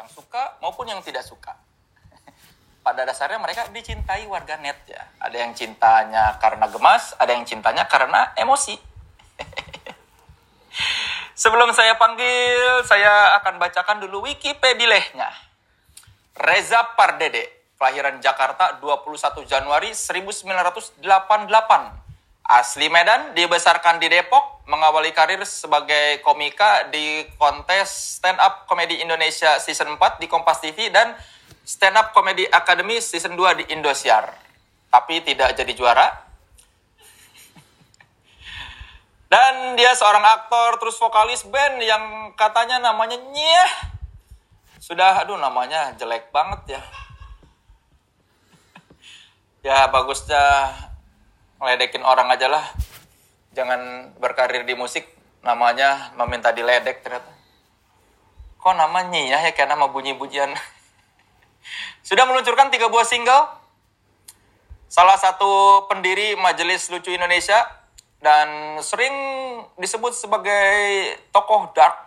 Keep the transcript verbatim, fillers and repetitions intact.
yang suka maupun yang tidak suka. Pada dasarnya mereka dicintai warganet ya. Ada yang cintanya karena gemas, ada yang cintanya karena emosi. Sebelum saya panggil, saya akan bacakan dulu Wikipedia-nya. Reza Pardede, kelahiran Jakarta dua puluh satu Januari seribu sembilan ratus delapan puluh delapan. Asli Medan, dibesarkan di Depok, mengawali karir sebagai komika di kontes Stand Up Comedy Indonesia Season empat di Kompas T V dan Stand Up Comedy Academy Season dua di Indosiar. Tapi tidak jadi juara. Dan dia seorang aktor, terus vokalis band yang katanya namanya Nyeh. Sudah, aduh namanya jelek banget ya. Ya bagusnya ngeledekin orang aja lah. Jangan berkarir di musik, namanya meminta diledek ternyata. Kok namanya ya, ya kayak nama bunyi-bunyian. Sudah meluncurkan tiga buah single. Salah satu pendiri Majelis Lucu Indonesia. Dan sering disebut sebagai tokoh dark